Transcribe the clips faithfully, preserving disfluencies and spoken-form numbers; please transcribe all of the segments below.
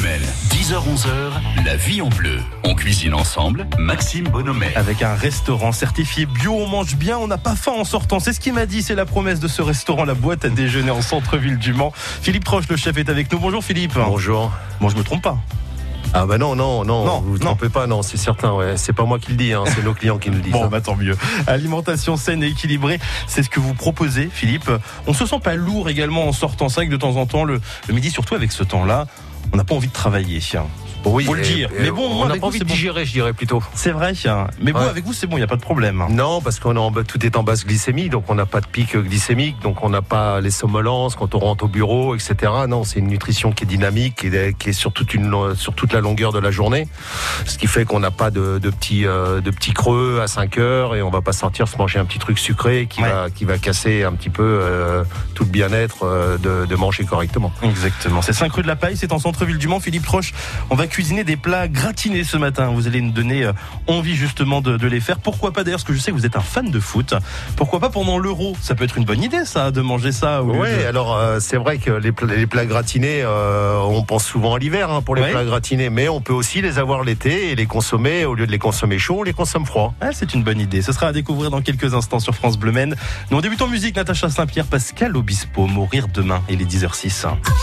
Maine. dix heures onze heures, la vie en bleu. On cuisine ensemble, Maxime Bonhomet. Avec un restaurant certifié bio, on mange bien, on n'a pas faim en sortant. C'est ce qu'il m'a dit, c'est la promesse de ce restaurant, la boîte à déjeuner en centre-ville du Mans. Philippe Troche, le chef, est avec nous. Bonjour Philippe. Bonjour. Bon, je me trompe pas. Ah bah non, non, non, Non, vous ne vous non. trompez pas, non, c'est certain, ouais. C'est pas moi qui le dis, hein, c'est nos clients qui nous le disent. Bon, hein. bah tant mieux. Alimentation saine et équilibrée, c'est ce que vous proposez, Philippe. On se sent pas lourd également en sortant. C'est vrai que de temps en temps, le, le midi, surtout avec ce temps-là, on n'a pas envie de travailler. Oui, faut le et- dire. et Mais bon, on moi, n'a avec pas vous, envie c'est de bon. digérer, je dirais plutôt. C'est vrai. Mais bon, Ouais. avec vous, c'est bon, il n'y a pas de problème. Non, parce qu'on est en, bas- tout est en basse glycémie, donc on n'a pas de pic glycémique, donc on n'a pas les somnolences quand on rentre au bureau, et cetera. Non, c'est une nutrition qui est dynamique, qui est, qui est sur, toute une, sur toute la longueur de la journée, ce qui fait qu'on n'a pas de, de, petits, euh, de petits creux à cinq heures et on va pas sortir se manger un petit truc sucré qui, Ouais. va, qui va casser un petit peu euh, tout le bien-être euh, de, de manger correctement. Exactement. C'est cinq rue de la Paille, c'est en centre-ville du Mans. Philippe Troche, on va cuisiner des plats gratinés ce matin. Vous allez nous donner euh, envie justement de, de les faire. Pourquoi pas d'ailleurs, parce que je sais que vous êtes un fan de foot. Pourquoi pas pendant l'Euro? Ça peut être une bonne idée, ça, de manger ça. au lieu Oui, de- alors euh, c'est vrai que les plats, les plats gratinés, euh, on pense souvent à l'hiver hein, pour les Ouais. plats gratinés, mais on peut aussi les avoir l'été et les consommer, au lieu de les consommer chauds, on les consomme froids. Ah, c'est une bonne idée. Ce sera à découvrir dans quelques instants sur France Bleu Maine. Nous on débute en musique. Natacha Saint-Pierre, Pascal Obispo, Mourir demain. Il est dix heures six.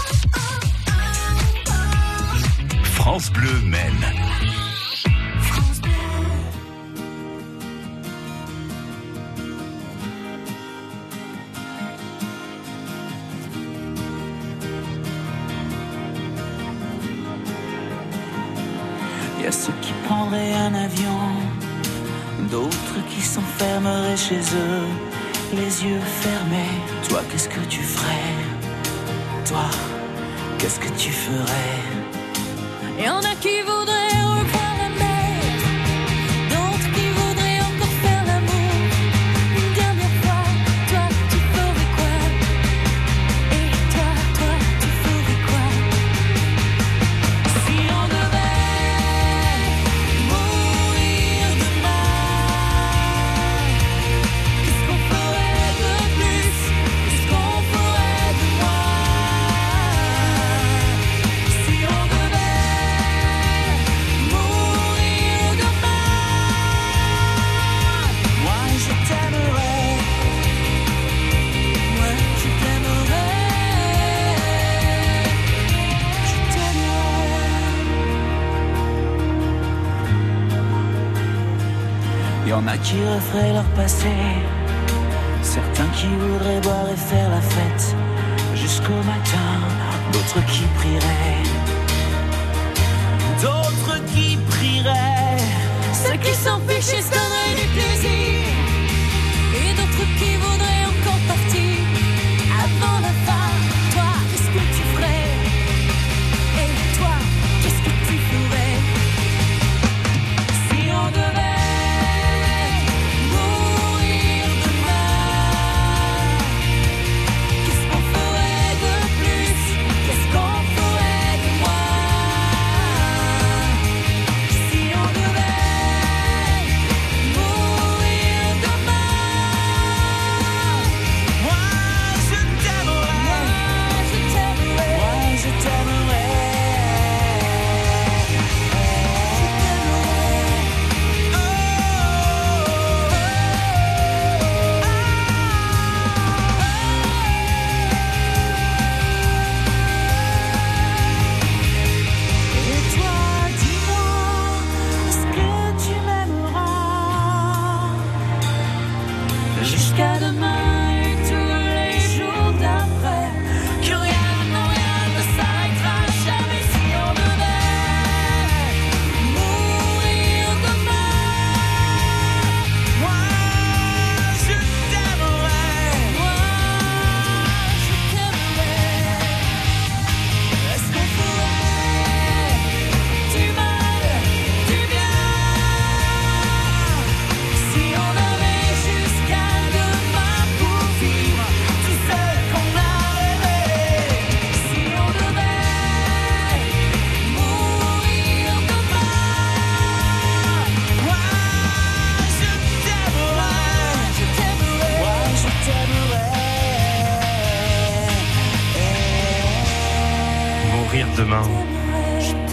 France Bleu Maine. Il y a ceux qui prendraient un avion, d'autres qui s'enfermeraient chez eux, les yeux fermés. Toi, qu'est-ce que tu ferais? Toi, qu'est-ce que tu ferais? Il y en a qui voudraient revoir la mer, d'autres qui voudraient encore faire l'amour une dernière fois. Toi, tu ferais quoi? Et toi, toi, tu ferais quoi? Si on devait mourir demain, qu'est-ce qu'on ferait de plus? Qu'est-ce qu'on ferait de moins? Si on devait mourir demain, Moi, je t'aimerais. Moi, je t'aimerais. Je t'aimerais. Il y en a qui referaient leur passé, certains qui voudraient boire et faire la fête jusqu'au matin, d'autres qui prieraient, d'autres qui prieraient. ceux qui s'en fichent et se donneraient du plaisir, et d'autres qui voudraient encore partir avant la fin. Toi, qu'est-ce que tu ferais? Et toi, qu'est-ce que tu ferais? Si on devait mourir demain, qu'est-ce qu'on ferait de plus? Qu'est-ce qu'on ferait de moins? Si on devait mourir demain, moi je t'aimerais. Moi je t'aimerais. Et toi, dis-moi, est-ce que tu m'aimeras jusqu'à demain et tous les jours d'après? Que rien, non rien ne s'arrêtera jamais si on devait mourir demain. Moi, je t'aimerais. Moi, je t'aimerais. Est-ce qu'on ferait du mal, du bien, si on avait jusqu'à demain pour vivre tout ce qu'on a rêvé? Si on devait mourir demain, moi je t'aimerais, je t'aimerais, moi je t'aimerais. Mourir demain.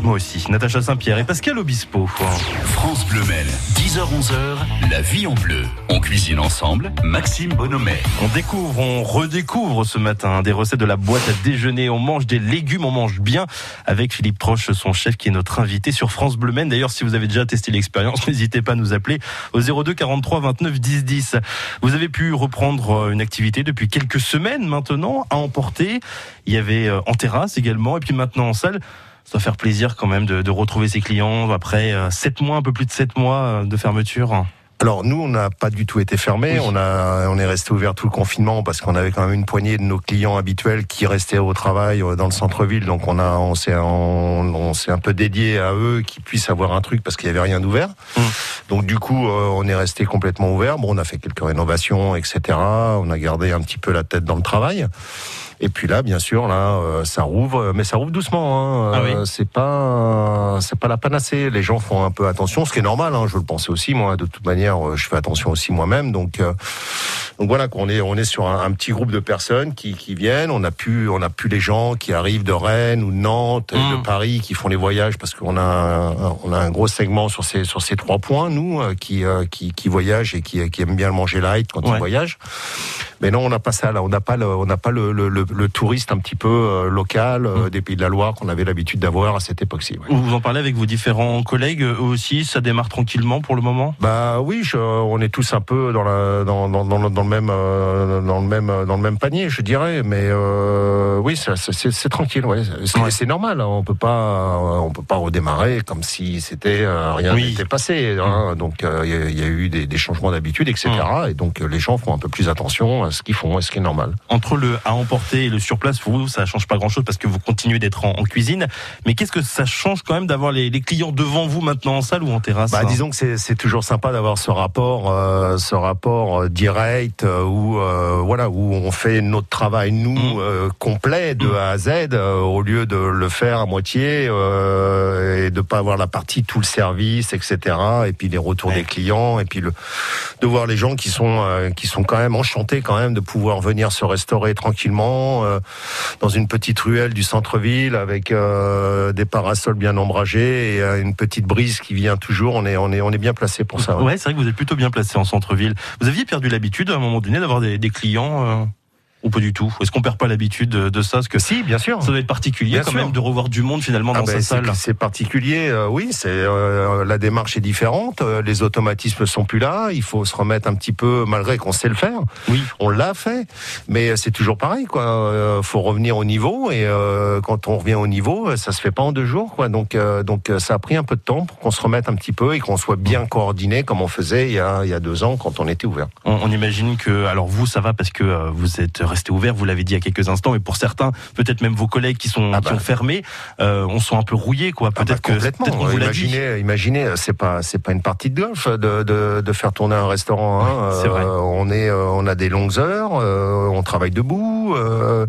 Moi aussi. Natacha Saint-Pierre et Pascal Obispo. France Bleu Maine, dix heures onze heures, la vie en bleu. On cuisine ensemble, Maxime Bonhomet. On découvre, on redécouvre ce matin des recettes de la boîte à déjeuner. On mange des légumes, on mange bien avec Philippe Troche, son chef qui est notre invité sur France Bleu Maine. D'ailleurs, si vous avez déjà testé l'expérience, n'hésitez pas à nous appeler au zéro deux quarante-trois vingt-neuf dix dix. Vous avez pu reprendre une activité depuis quelques semaines maintenant à emporter. Il y avait en terrasse également et puis maintenant en salle. Ça doit faire plaisir quand même de, de retrouver ses clients après sept mois, un peu plus de sept mois de fermeture. Alors nous, on n'a pas du tout été fermés. Oui. On a, on est resté ouvert tout le confinement parce qu'on avait quand même une poignée de nos clients habituels qui restaient au travail dans le centre-ville. Donc on a, on s'est, on, on s'est un peu dédié à eux, qui puissent avoir un truc parce qu'il y avait rien d'ouvert. Mmh. Donc du coup, on est resté complètement ouvert. Bon, on a fait quelques rénovations, et cetera. On a gardé un petit peu la tête dans le travail. Et puis là, bien sûr, là, euh, ça rouvre, mais ça rouvre doucement. Hein. Ah oui. euh, c'est pas, c'est pas la panacée. Les gens font un peu attention, ce qui est normal. Hein, je le pensais aussi, moi. De toute manière, je fais attention aussi moi-même. Donc, euh, donc voilà, on est, on est sur un, un petit groupe de personnes qui, qui viennent. On a pu, on a pu les gens qui arrivent de Rennes ou de Nantes, mmh. de Paris, qui font les voyages parce qu'on a, un, on a un gros segment sur ces, sur ces trois points, nous, qui, qui, qui voyagent et qui, qui aiment bien manger light quand ouais. ils voyagent. Mais non, on n'a pas ça là. On n'a pas le, on n'a pas le, le, le, le touriste un petit peu euh, local euh, mmh. des Pays de la Loire qu'on avait l'habitude d'avoir à cette époque-ci. Ouais. Vous en parlez avec vos différents collègues, eux aussi, ça démarre tranquillement pour le moment. Bah oui, je, on est tous un peu dans la, dans, dans, dans, dans le même, euh, dans le même, dans le même panier, je dirais. Mais euh, oui, c'est, c'est, c'est tranquille. Ouais. C'est, ouais. c'est normal. Hein. On peut pas, on peut pas redémarrer comme si c'était euh, rien oui. n'était passé. Hein. Mmh. Donc il euh, y, y a eu des, des changements d'habitude, et cetera. Mmh. Et donc les gens font un peu plus attention à ce qu'ils font, à ce qui est normal. Entre le à emporter et le sur place, pour vous, ça change pas grand-chose parce que vous continuez d'être en, en cuisine. Mais qu'est-ce que ça change quand même d'avoir les, les clients devant vous maintenant en salle ou en terrasse? Bah, disons que c'est, c'est toujours sympa d'avoir ce rapport, euh, ce rapport euh, direct euh, où euh, voilà où on fait notre travail nous mmh. euh, complet de mmh. A à Z euh, au lieu de le faire à moitié euh, et de pas avoir la partie tout le service, et cetera. Et puis les retours ouais. des clients et puis le de voir les gens qui sont euh, qui sont quand même enchantés quand même de pouvoir venir se restaurer tranquillement euh, dans une petite ruelle du centre-ville avec euh, des parasols bien ombragés et euh, une petite brise qui vient toujours. On est on est on est bien placé pour ça. Ouais, ouais c'est vrai que vous êtes plutôt bien placé en centre-ville. Vous aviez perdu l'habitude à un moment donné d'avoir des, des clients euh... ou pas du tout? Est-ce qu'on perd pas l'habitude de ça? Parce que si, bien sûr. Ça doit être particulier bien quand sûr. Même de revoir du monde finalement dans ah ben, sa c'est, salle. C'est particulier, euh, oui. C'est euh, la démarche est différente. Euh, les automatismes sont plus là. Il faut se remettre un petit peu, malgré qu'on sait le faire. Oui. On l'a fait, mais c'est toujours pareil, quoi. Euh, faut revenir au niveau et euh, quand on revient au niveau, ça se fait pas en deux jours, quoi. Donc, euh, donc ça a pris un peu de temps pour qu'on se remette un petit peu et qu'on soit bien coordonné comme on faisait il y a il y a deux ans quand on était ouvert. On, on imagine que, alors vous, ça va parce que euh, vous êtes resté ouvert. Vous l'avez dit il y a quelques instants, mais pour certains, peut-être même vos collègues qui sont ah bah. qui ont fermé, euh, on sent un peu rouillés, quoi. Peut-être ah bah, complètement. que peut-être qu'on vous l'a imaginez, dit. Imaginez, c'est pas c'est pas une partie de golf de de, de faire tourner un restaurant. Hein. C'est vrai. Euh, on est on a des longues heures, euh, on travaille debout, euh,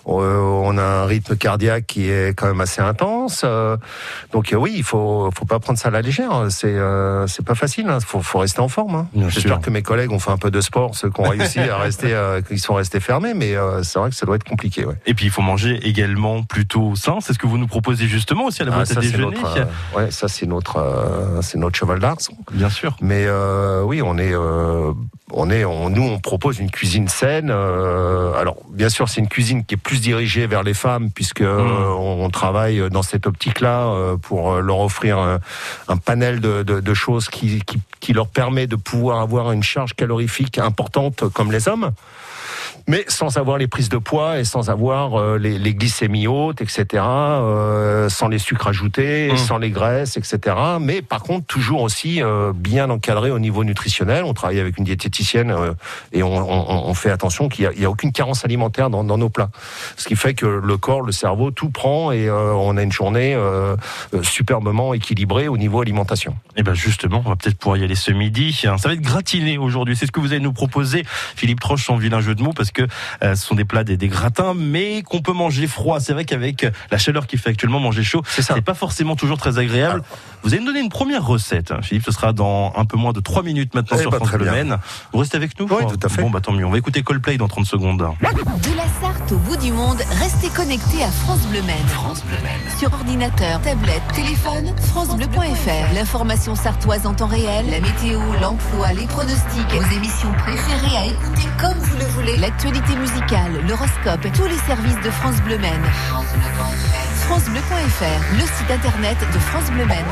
on a un rythme cardiaque qui est quand même assez intense. Euh, donc euh, oui, il faut faut pas prendre ça à la légère. C'est euh, c'est pas facile. Hein. Faut faut rester en forme. Hein. J'espère sûr. que mes collègues ont fait un peu de sport, ceux qui ont réussi à rester, euh, qui sont restés fermés, mais euh, c'est vrai que ça doit être compliqué. Ouais. Et puis il faut manger également plutôt sain. C'est ce que vous nous proposez justement aussi à la boîte ah, à déjeuner. Notre, euh, ouais, ça c'est notre euh, c'est notre cheval d'Ars. Bien sûr. Mais euh, oui, on est euh, on est on, nous on propose une cuisine saine. Euh, alors bien sûr c'est une cuisine qui est plus dirigée vers les femmes puisque mmh. euh, on, on travaille dans cette optique-là euh, pour leur offrir un, un panel de, de, de choses qui, qui qui leur permet de pouvoir avoir une charge calorifique importante comme les hommes. Mais sans avoir les prises de poids et sans avoir euh, les, les glycémies hautes, et cetera. Euh, sans les sucres ajoutés, mmh. sans les graisses, et cetera. Mais par contre, toujours aussi euh, bien encadré au niveau nutritionnel. On travaille avec une diététicienne euh, et on, on, on fait attention qu'il n'y a, a aucune carence alimentaire dans, dans nos plats. Ce qui fait que le corps, le cerveau, tout prend et euh, on a une journée euh, superbement équilibrée au niveau alimentation. Et ben justement, on va peut-être pouvoir y aller ce midi. Ça va être gratiné aujourd'hui. C'est ce que vous allez nous proposer, Philippe Troche, sans vilain jeu de mots, parce puisque euh, ce sont des plats, des, des gratins, mais qu'on peut manger froid. C'est vrai qu'avec la chaleur qu'il fait actuellement, manger chaud, C'est ça. c'est pas forcément toujours très agréable. Alors, vous allez me donner une première recette, hein, Philippe. Ce sera dans un peu moins de trois minutes maintenant Eh sur bah, France très Bleu bien. Maine. Vous restez avec nous? Oui, tout à fait. Bon, bah tant mieux. On va écouter Coldplay dans trente secondes. De la Sarthe au bout du monde, restez connectés à France Bleu Maine. France Bleu Maine. Sur ordinateur, tablette, téléphone, francebleu point f r. L'information sartoise en temps réel, la météo, l'emploi, les pronostics, vos émissions préférées à écouter comme vous le voulez, l'actualité musicale, l'horoscope, tous les services de France Bleu Maine. francebleu point f r, le site internet de France Bleu Maine.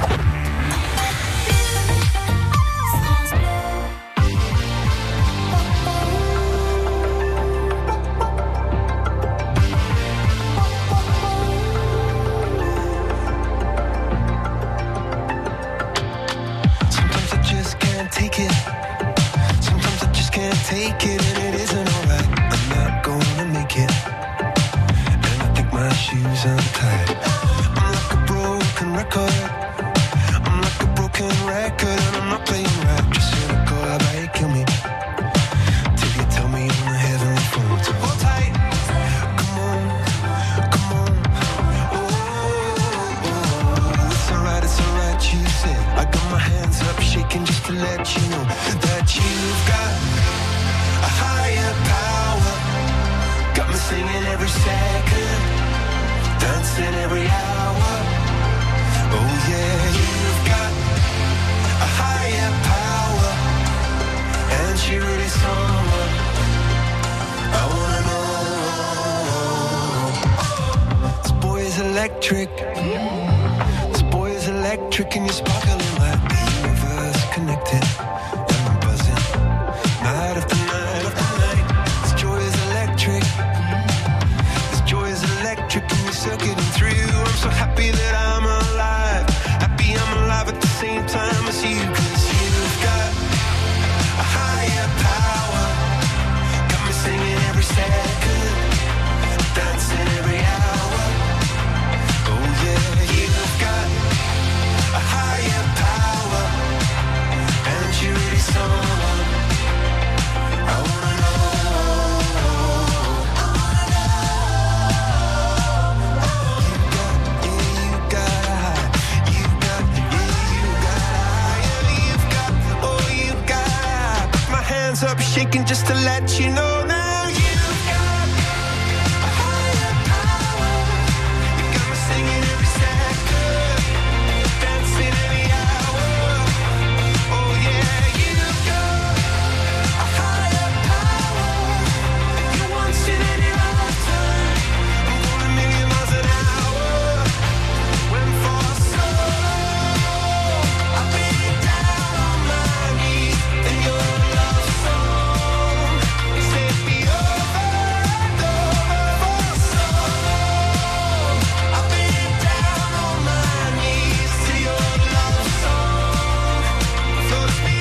Sometimes I just can't take it. Sometimes I just can't take it, and it isn't alright. I'm not gonna make it, and I think my shoes untied. I'm like a broken record. I'm like a broken record, and I'm not playing right. Just cynical, how about you kill me till you tell me on the heavenly phone. So hold tight, come on, come on. Oh, oh, oh. It's alright, it's alright, you said. I got my hands up, shaking just to let you know that you've got a higher power. Got me singing every second, dancing every hour. Oh yeah, you've got a higher power, and she really someone I wanna know. This boy is electric. This boy is electric, and you're sparkling like the universe connected. And I'm buzzing night after night after night. This joy is electric. This joy is electric, and you're circuiting through. I'm so happy that I'm alive. Happy I'm alive at the same time as you, 'cause you've got a higher power. Got me singing every second, dancing every hour. Oh yeah, you've got a higher power, and you're really someone I wanna know. You got, yeah, you got a high. You got, yeah, you got a high. Yeah, you've got, oh, you got. Put my hands up, shaking just to let you know now. You've got a higher power. You got me singing every second, dancing every hour. Oh yeah, you've got a higher power. You once in any lifetime. I'm going a million miles an hour. Went for so long. I've been down on my knees in your love song. Set me over and over for so long. I've been down on my knees to your love song. Floats me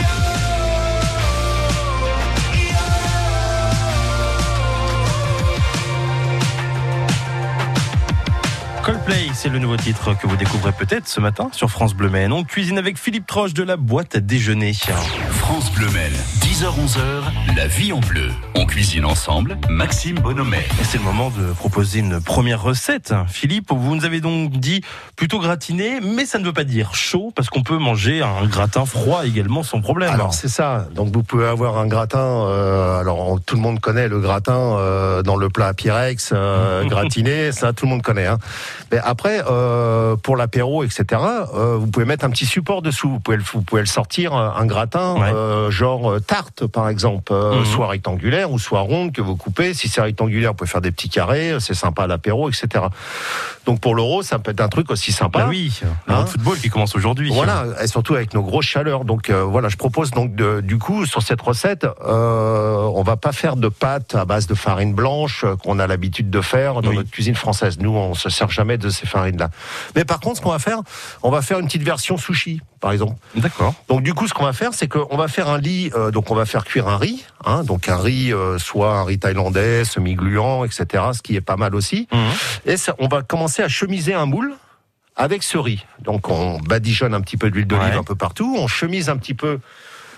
Coldplay, c'est le nouveau titre que vous découvrez peut-être ce matin sur France Bleu Maine. On cuisine avec Philippe Troche de la boîte à déjeuner. France Bleu Maine, dix heures onze heures, la vie en bleu. On cuisine ensemble, Maxime Bonhomet. Et c'est le moment de proposer une première recette. Philippe, vous nous avez donc dit plutôt gratiné, mais ça ne veut pas dire chaud, parce qu'on peut manger un gratin froid également sans problème. Alors c'est ça. Donc vous pouvez avoir un gratin. Euh, alors on- tout le monde connaît le gratin euh, dans le plat Pyrex euh, gratiné. Ça tout le monde connaît. Hein. Mais après euh, pour l'apéro, et cetera. Euh, vous pouvez mettre un petit support dessous. Vous pouvez le, vous pouvez le sortir un gratin Ouais. euh, genre euh, tarte par exemple, euh, Mhm. soit rectangulaire ou soit ronde que vous coupez. Si c'est rectangulaire, vous pouvez faire des petits carrés. C'est sympa à l'apéro, et cetera. Donc pour l'euro, ça peut être un truc aussi sympa. Bah oui, le Hein de football qui commence aujourd'hui. Voilà, et surtout avec nos grosses chaleurs. Donc euh, voilà, je propose donc de, du coup sur cette recette, euh, on va pas faire de pâtes à base de farine blanche euh, qu'on a l'habitude de faire dans Oui. notre cuisine française. Nous, on se sert jamais de ces farines-là. Mais par contre, ce qu'on va faire, on va faire une petite version sushi, par exemple. D'accord. Donc du coup, ce qu'on va faire, c'est qu'on va faire un lit. Euh, donc on va faire cuire un riz, hein, donc un riz, euh, soit un riz thaïlandais, semi-gluant, et cetera. Ce qui est pas mal aussi. Mhm. Et ça, on va commencer à chemiser un moule avec ce riz. Donc on badigeonne un petit peu d'huile d'olive Ouais. un peu partout, on chemise un petit peu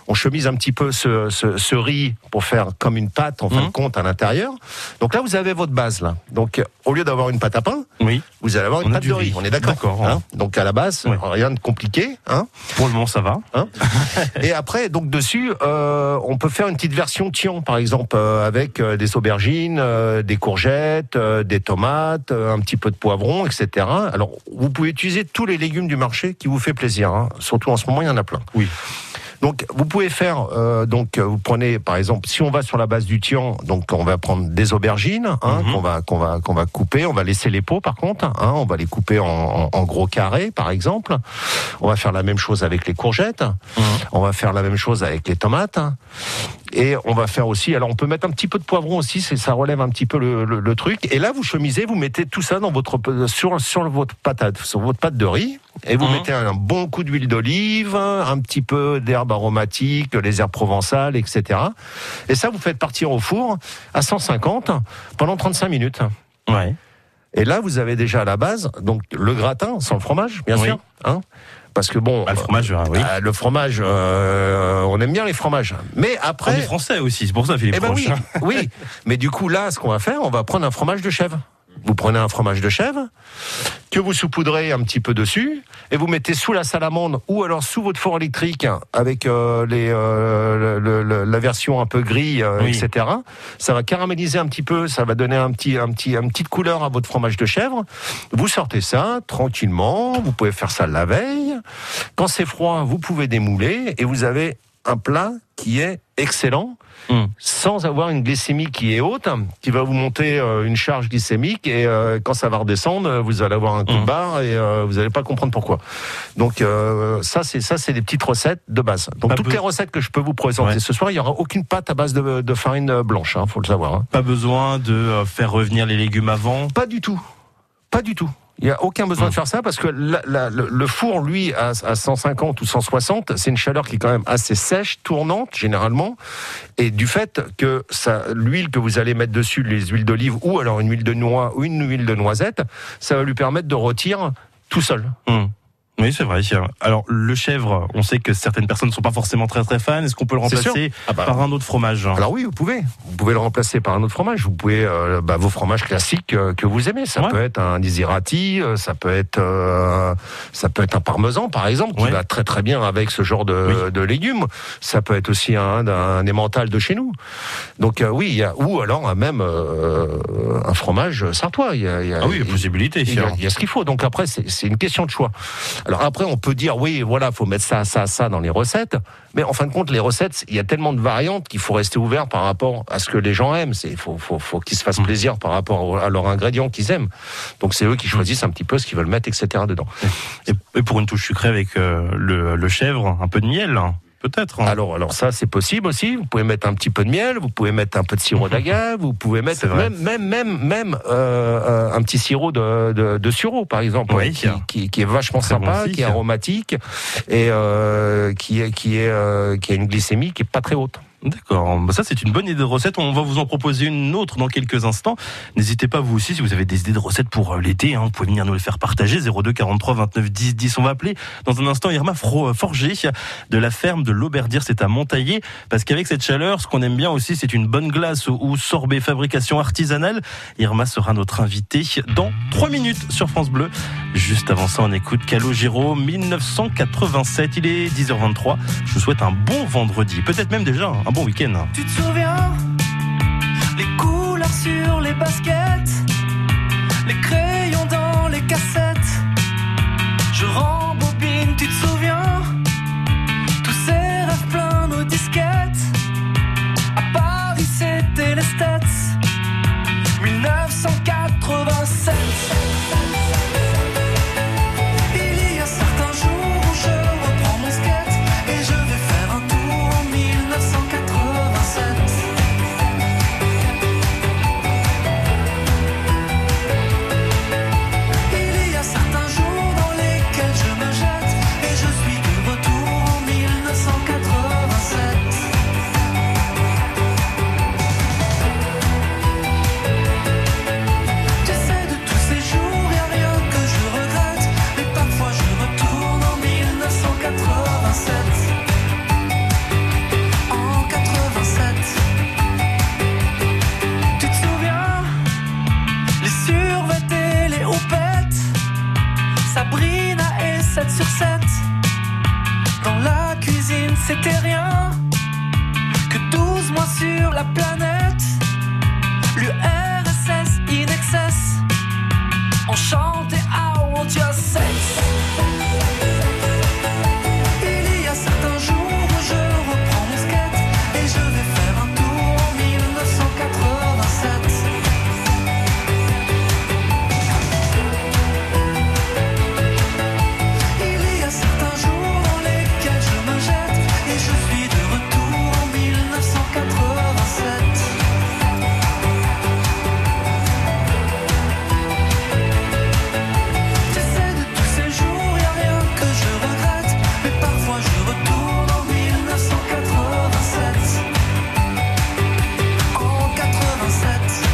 on chemise un petit peu ce, ce, ce riz pour faire comme une pâte en fin Mmh. de compte à l'intérieur. Donc là, vous avez votre base là. Donc au lieu d'avoir une pâte à pain, Oui. vous allez avoir une On a pâte du de riz. riz. On est d'accord. D'accord, Hein Donc à la base, Ouais. rien de compliqué. Hein Pour le moment, ça va. Et après, donc dessus, euh, on peut faire une petite version tian, par exemple, euh, avec euh, des aubergines, euh, des courgettes, euh, des tomates, euh, un petit peu de poivron, et cetera. Alors, vous pouvez utiliser tous les légumes du marché qui vous fait plaisir. Hein. Surtout en ce moment, il y en a plein. Oui. Donc, vous pouvez faire, euh, donc, vous prenez, par exemple, si on va sur la base du tian, donc, on va prendre des aubergines, hein, Mhm. qu'on va, qu'on va, qu'on va couper. On va laisser les peaux, par contre, hein, on va les couper en, en, en gros carrés, par exemple. On va faire la même chose avec les courgettes. Mhm. On va faire la même chose avec les tomates. Et on va faire aussi, alors on peut mettre un petit peu de poivron aussi, c'est, ça relève un petit peu le, le, le truc. Et là, vous chemisez, vous mettez tout ça dans votre, sur, sur votre pâte, sur votre pâte de riz. Et vous Mhm. mettez un bon coup d'huile d'olive, un petit peu d'herbes aromatiques, les herbes provençales, et cetera. Et ça, vous faites partir au four à cent cinquante pendant trente-cinq minutes. Ouais. Et là, vous avez déjà à la base, donc le gratin sans le fromage, bien Oui. sûr. Hein Parce que bon, Bah, le fromage, euh, oui. euh, le fromage, euh, on aime bien les fromages. Mais On après, est français aussi, c'est pour ça, Philippe eh ben Roche. oui, oui. Mais du coup, là, ce qu'on va faire, on va prendre un fromage de chèvre. Vous prenez un fromage de chèvre que vous saupoudrez un petit peu dessus et vous mettez sous la salamande ou alors sous votre four électrique avec euh, les, euh, le, le, la version un peu grille, euh, Oui. et cetera. Ça va caraméliser un petit peu, ça va donner un petit, un petit, une petite couleur à votre fromage de chèvre. Vous sortez ça tranquillement. Vous pouvez faire ça la veille. Quand c'est froid, vous pouvez démouler et vous avez un plat qui est excellent. Mmh. Sans avoir une glycémie qui est haute, qui va vous monter euh, une charge glycémique et euh, quand ça va redescendre, euh, vous allez avoir un coup Mmh. de barre et euh, vous n'allez pas comprendre pourquoi. Donc euh, ça, c'est ça, c'est des petites recettes de base. Donc Pas toutes peu- les recettes que je peux vous présenter Ouais. ce soir, il y aura aucune pâte à base de, de farine blanche, hein, faut le savoir. Hein. Pas besoin de euh, faire revenir les légumes avant. Pas du tout, pas du tout. Il n'y a aucun besoin Mmh. de faire ça parce que la, la, le, le four, lui, à, à cent cinquante ou cent soixante, c'est une chaleur qui est quand même assez sèche, tournante généralement. Et du fait que ça, l'huile que vous allez mettre dessus, les huiles d'olive ou alors une huile de noix ou une huile de noisette, ça va lui permettre de rôtir tout seul. Mmh. Oui, c'est vrai. Alors, le chèvre, on sait que certaines personnes ne sont pas forcément très très fans. Est-ce qu'on peut le C'est remplacer sûr. Ah bah, par un autre fromage? Alors oui, vous pouvez. Vous pouvez le remplacer par un autre fromage. Vous pouvez euh, bah, vos fromages classiques euh, que vous aimez. Ça Ouais. peut être un Disirati, euh, ça peut être euh, ça peut être un parmesan par exemple qui Ouais. va très très bien avec ce genre de, Oui. de légumes. Ça peut être aussi un, un emmental de chez nous. Donc euh, oui, il y a ou alors euh, même euh, un fromage sartois. Il y a, il y a- Ah oui, il y a possibilité. il y, a, il y a ce qu'il faut. Donc après, c'est, c'est une question de choix. Alors après, on peut dire, oui, voilà, faut mettre ça, ça, ça dans les recettes. Mais en fin de compte, les recettes, il y a tellement de variantes qu'il faut rester ouvert par rapport à ce que les gens aiment. Il faut, faut, faut qu'ils se fassent plaisir par rapport à leurs ingrédients qu'ils aiment. Donc c'est eux qui choisissent un petit peu ce qu'ils veulent mettre, et cetera dedans. Et, et pour une touche sucrée avec euh, le, le chèvre, un peu de miel, hein, peut-être. hein. Alors, alors ça, c'est possible aussi. Vous pouvez mettre un petit peu de miel, vous pouvez mettre un peu de sirop d'agave, vous pouvez C'est mettre vrai. même, même, même, même euh, un petit sirop de, de, de sureau, par exemple, Oui. qui, qui, qui est vachement Très bon sympa, aussi, qui est ça. aromatique et euh, qui, est, qui, est, euh, qui a une glycémie qui est pas très haute. D'accord, bah ça c'est une bonne idée de recette, on va vous en proposer une autre dans quelques instants. N'hésitez pas vous aussi si vous avez des idées de recettes pour euh, l'été, hein, vous pouvez venir nous les faire partager, zéro deux quarante-trois vingt-neuf dix dix. On va appeler dans un instant Irma Fro- Forger de la ferme de l'Auberdir, c'est à Montaillé, parce qu'avec cette chaleur, ce qu'on aime bien aussi c'est une bonne glace ou, ou sorbet fabrication artisanale. Irma sera notre invitée dans trois minutes sur France Bleu. Juste avant ça, on écoute Calogero dix-neuf cent quatre-vingt-sept, il est dix heures vingt-trois. Je vous souhaite un bon vendredi, peut-être même déjà un bon week-end. Tu te souviens, les couleurs sur les baskets, les crayons dans les cassettes. Je rembobine, tu te souviens, tous ces rêves pleins nos disquettes. À Paris c'était les States, dix-neuf cent quatre-vingt-sept. Il y a certains jours où je reprends mon skate et je vais faire un tour en dix-neuf cent quatre-vingt-sept. Il y a Sabrina et sept sur sept. Dans la cuisine, c'était rien que douze mois sur la planète. L'U R S S in excess. On chantait I want your sex. Il y a certains jours où je reprends mon skate et je vais faire un tour en dix-neuf cent quatre-vingt-sept. Il y a certains jours dans lesquels je me jette et je suis de retour en dix-neuf cent quatre-vingt-sept. Tu sais, de tous ces jours, y a rien que je regrette, mais parfois je retourne en dix-neuf cent quatre-vingt-sept. En quatre-vingt-sept.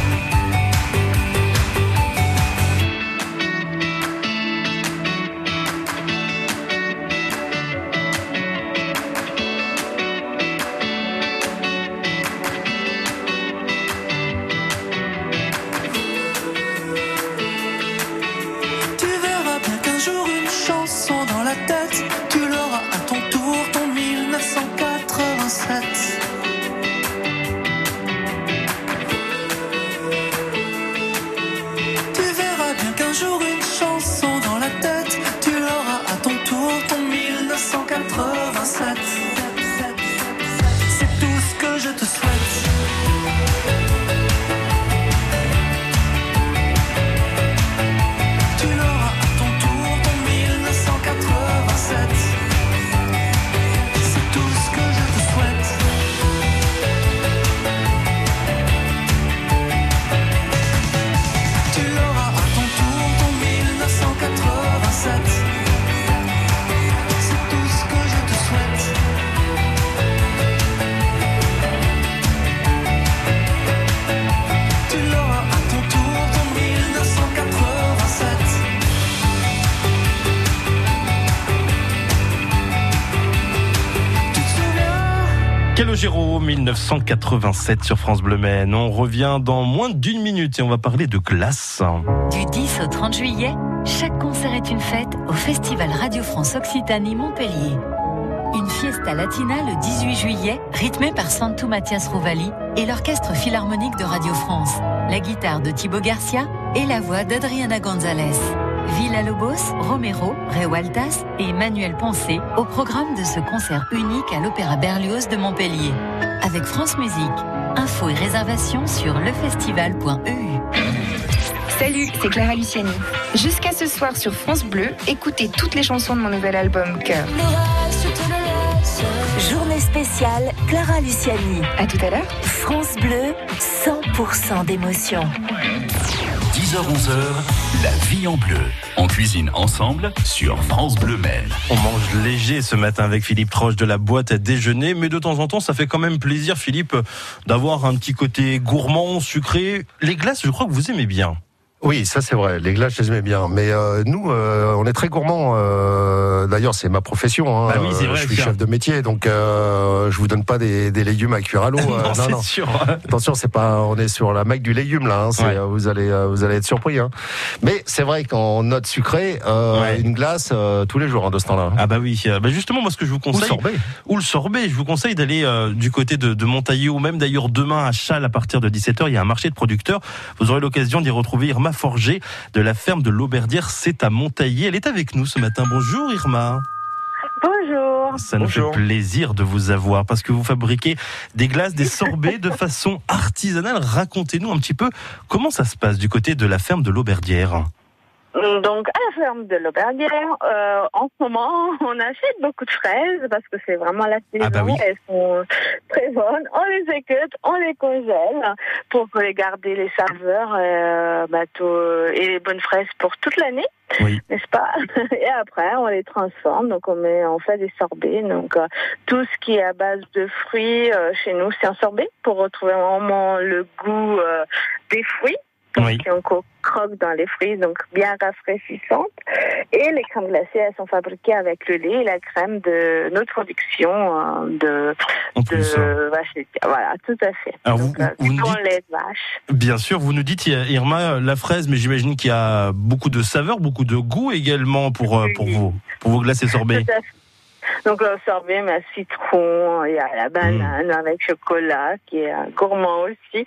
Tu verras bien qu'un jour une chanson dans la tête, tu l'auras à ton tour, ton dix-neuf cent quatre-vingt-sept. Tu verras bien qu'un jour une chanson dans la tête, tu l'auras à ton tour, ton dix-neuf cent quatre-vingt-sept. C'est tout ce que je te souhaite. Tu l'auras à ton tour, ton dix-neuf cent quatre-vingt-sept. C'est tout ce que je te souhaite. Tu l'auras à ton tour, ton dix-neuf cent quatre-vingt-sept. C'est tout ce que je te souhaite. Tu l'auras à ton tour, ton dix-neuf cent quatre-vingt-sept. Tu te souviens? Calogero, dix-neuf cent quatre-vingt-sept sur France Bleu Maine. On revient dans moins d'une minute et on va parler de glace. Du dix au trente juillet, chaque concert est une fête au Festival Radio France Occitanie Montpellier. Une fiesta latina le dix-huit juillet, rythmée par Santu Mathias Rovali et l'Orchestre Philharmonique de Radio France, la guitare de Thibaut Garcia et la voix d'Adriana González. Villa-Lobos, Romero, Rewaltas et Manuel Poncé au programme de ce concert unique à l'Opéra Berlioz de Montpellier. Avec France Musique. Infos et réservations sur lefestival point e u. Salut, c'est Clara Luciani. Jusqu'à ce soir sur France Bleu, écoutez toutes les chansons de mon nouvel album Cœur. Journée spéciale Clara Luciani. À tout à l'heure. France Bleu, cent pour cent d'émotion. dix heures onze heures, la vie en bleu. On cuisine ensemble sur France Bleu Maine. On mange léger ce matin avec Philippe Troche de la boîte à déjeuner, mais de temps en temps, ça fait quand même plaisir, Philippe, d'avoir un petit côté gourmand, sucré. Les glaces, je crois que vous aimez bien. Oui, ça c'est vrai. Les glaces, je les aimais bien. Mais euh, nous, euh, on est très gourmands. Euh, d'ailleurs, c'est ma profession. Hein. Bah oui, c'est vrai, je suis tiens. chef de métier, donc euh, je vous donne pas des, des légumes à cuire à l'eau. non, Euh, c'est non. sûr. Attention, c'est pas. On est sur la Mecque du légume là. Hein. C'est, Ouais. euh, vous allez, euh, vous allez être surpris. Hein. Mais c'est vrai qu'en note sucrée, euh, Ouais. une glace euh, tous les jours hein, de ce temps-là. Ah bah oui, euh, bah justement, moi ce que je vous Ou le conseille, sorbet. ou le sorbet, je vous conseille d'aller euh, du côté de, de Montaillé, ou même d'ailleurs demain à Châles à partir de dix-sept heures, il y a un marché de producteurs. Vous aurez l'occasion d'y retrouver Irma Forger de la ferme de l'Auberdière, c'est à Montaillé. Elle est avec nous ce matin. Bonjour Irma. Bonjour. Ça nous Bonjour. fait plaisir de vous avoir parce que vous fabriquez des glaces, des sorbets de façon artisanale. Racontez-nous un petit peu comment ça se passe du côté de la ferme de l'Auberdière. Donc, à la ferme de l'Auberdière, euh, en ce moment, on achète beaucoup de fraises parce que c'est vraiment la saison. Ah bah oui. Elles sont très bonnes. On les écoute, on les congèle pour les garder les saveurs euh, bah, tout- et les bonnes fraises pour toute l'année. Oui. N'est-ce pas? Et après, on les transforme. Donc, on met, on fait des sorbets. Donc, euh, tout ce qui est à base de fruits, euh, chez nous, c'est un sorbet pour retrouver vraiment le goût euh, des fruits. donc Oui. qui encore croquent dans les fruits, donc bien rafraîchissantes. Et les crèmes glacées, elles sont fabriquées avec le lait et la crème de notre production euh, de, En plus, de vache laitière. Voilà, tout à fait. Alors, donc, vous- euh, vous nous du bon dites- lait de vache. Bien sûr, vous nous dites, Irma, la fraise, mais j'imagine qu'il y a beaucoup de saveurs, beaucoup de goût également pour, euh, pour, vos, pour vos glaces et sorbets. Tout à fait. Donc le sorbet, mais à citron, il y a la banane Mmh. avec chocolat qui est euh, gourmand aussi,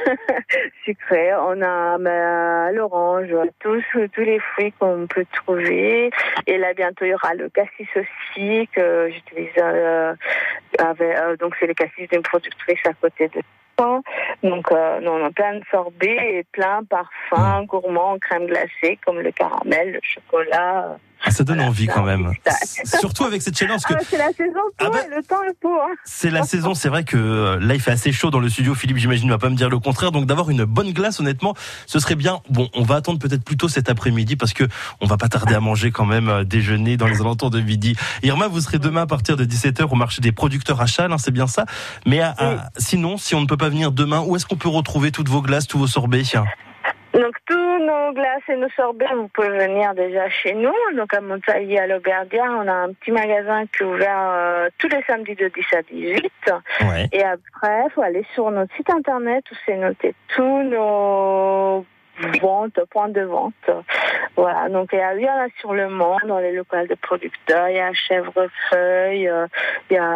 sucré. On a euh, l'orange, tous tous les fruits qu'on peut trouver. Et là bientôt il y aura le cassis aussi que j'utilise. Euh, avec, euh, donc c'est le cassis d'une productrice à côté de moi. Donc euh, non, on a plein de sorbets et plein de parfums gourmands, crème glacée comme le caramel, le chocolat. Ah, ça donne Voilà, envie ça, quand même. ça. Surtout avec cette chaleur, parce que Ah, c'est la saison pour, Ah bah- le temps est pour. Hein. c'est la saison. C'est vrai que euh, là, il fait assez chaud dans le studio. Philippe, j'imagine, ne va pas me dire le contraire. Donc, d'avoir une bonne glace, honnêtement, ce serait bien. Bon, on va attendre peut-être plutôt cet après-midi parce que on va pas tarder à manger quand même euh, déjeuner dans les alentours de midi. Irma, vous serez demain à partir de dix-sept heures au marché des producteurs à Châles, hein, c'est bien ça. Mais à- à- Oui. sinon, si on ne peut pas venir demain, où est-ce qu'on peut retrouver toutes vos glaces, tous vos sorbets? Donc tous nos glaces et nos sorbets, vous pouvez venir déjà chez nous. Donc à Montaillé, à l'Auberdia, on a un petit magasin qui est ouvert euh, tous les samedis de dix à dix-huit. Ouais. Et après, il faut aller sur notre site internet où c'est noté tous nos ventes, points de vente. Voilà, donc il y a, il y en a sur le Mans, dans les locales de producteurs, il y a Chèvrefeuille, euh, il y a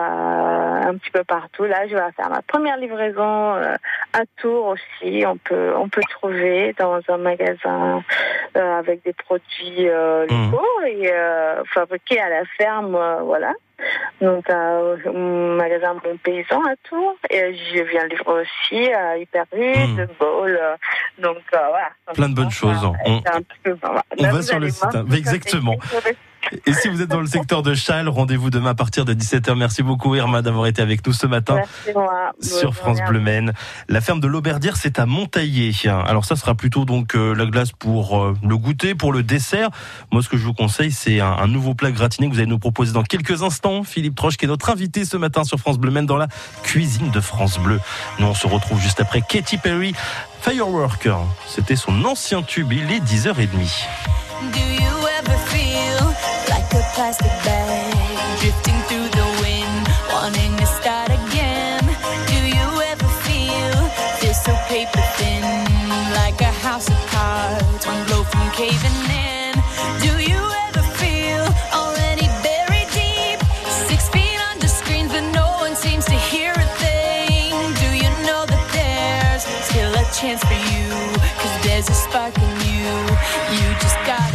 un petit peu partout. Là, je vais faire ma première livraison euh, à Tours aussi. On peut, on peut trouver dans un magasin euh, avec des produits euh, locaux et euh, fabriqués à la ferme, euh, voilà. Donc, euh, au magasin Bon Paysan à Tours. Et je viens livrer aussi à Hypervite, Mmh. de Ball. euh, donc, euh, voilà. Donc, Plein de bonnes choses. On, c'est un petit peu- voilà. on Là, va vous sur le allez site, voir hein. tout ça, Exactement. c'est écrit sur le- Et si vous êtes dans le secteur de Châles, rendez-vous demain à partir de dix-sept heures. Merci beaucoup, Irma, d'avoir été avec nous ce matin. Merci, moi. Sur Bonne France journée à Bleu vous. Maine. La ferme de l'Auberdière, c'est à Montaillé. Alors ça sera plutôt donc euh, la glace pour euh, le goûter, pour le dessert. Moi, ce que je vous conseille, c'est un, un nouveau plat gratiné que vous allez nous proposer dans quelques instants. Philippe Troche, qui est notre invité ce matin sur France Bleu Maine dans la cuisine de France Bleu. Nous, on se retrouve juste après Katy Perry, Firework. C'était son ancien tube. Il est dix heures trente. Do you ever feel like a plastic bag drifting through the wind, wanting to start again? Do you ever feel this so paper thin, like a house of cards, one blow from caving in? Do you ever feel already buried deep, six feet under screens but no one seems to hear a thing? Do you know that there's still a chance for you, 'cause there's a spark in you, you just gotta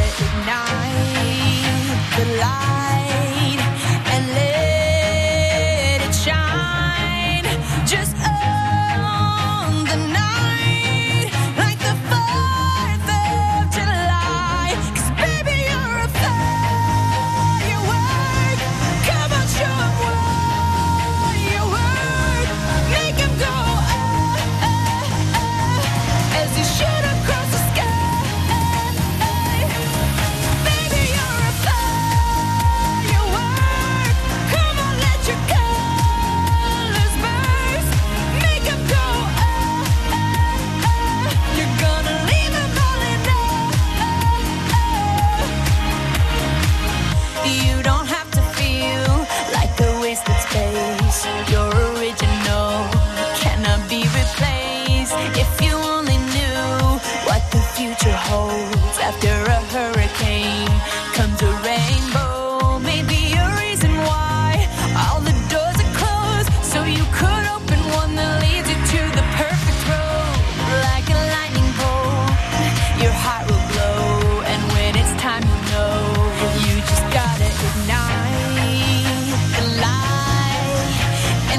ignite the light and let it shine, just on the night, like the fourth of July, 'cause baby you're a firework, come on show 'em what you work, make 'em go ah, ah, ah, as you shoot across the sky. Baby, you're a firework. Come on, let your colors burst. Make 'em go ah, ah, ah. You're gonna leave 'em all in awe. You don't have to feel like a wasted space. You're original, cannot be replaced. If you only knew what the future holds, after a hurricane comes a rainbow. Maybe a reason why all the doors are closed, so you could open one that leads you to the perfect road. Like a lightning bolt, your heart will glow, and when it's time, you know you just gotta ignite the light